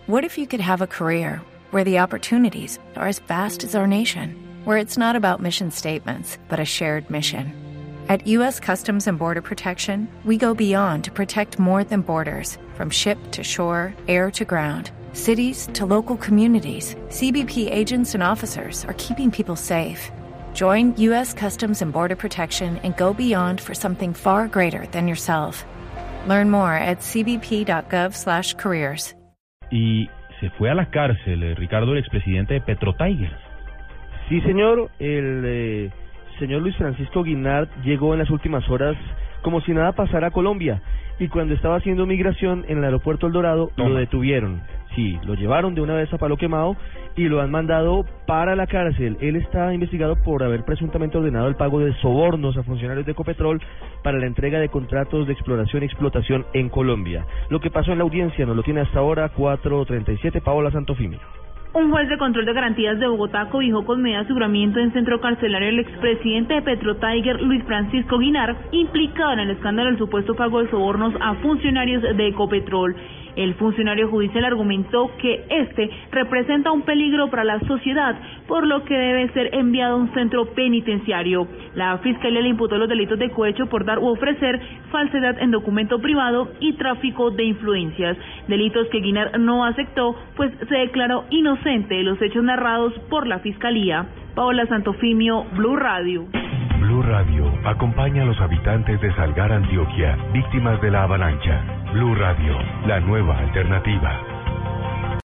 What if you could have a career where the opportunities are as vast as our nation, where it's not about mission statements, but a shared mission? At U.S. Customs and Border Protection, we go beyond to protect more than borders. From ship to shore, air to ground, cities to local communities, CBP agents and officers are keeping people safe. Join U.S. Customs and Border Protection and go beyond for something far greater than yourself. Learn more at cbp.gov/careers. Y se fue a la cárcel, Ricardo, el expresidente de PetroTiger. Sí, señor. El señor Luis Francisco Guinart llegó en las últimas horas como si nada pasara a Colombia. Y cuando estaba haciendo migración en el aeropuerto El Dorado, lo detuvieron. Sí, lo llevaron de una vez a Palo Quemado y lo han mandado para la cárcel. Él está investigado por haber presuntamente ordenado el pago de sobornos a funcionarios de Ecopetrol para la entrega de contratos de exploración y explotación en Colombia. Lo que pasó en la audiencia nos lo tiene hasta ahora 4:37, Paola Santofimio. Un juez de control de garantías de Bogotá cobijó con medida de aseguramiento en centro carcelario al expresidente de PetroTiger, Luis Francisco Guinart, implicado en el escándalo del supuesto pago de sobornos a funcionarios de Ecopetrol. El funcionario judicial argumentó que este representa un peligro para la sociedad, por lo que debe ser enviado a un centro penitenciario. La fiscalía le imputó los delitos de cohecho por dar u ofrecer falsedad en documento privado y tráfico de influencias, delitos que Guinart no aceptó, pues se declaró inocente de los hechos narrados por la fiscalía. Paola Santofimio, Blue Radio. Blue Radio acompaña a los habitantes de Salgar, Antioquia, víctimas de la avalancha. Blue Radio, la nueva alternativa.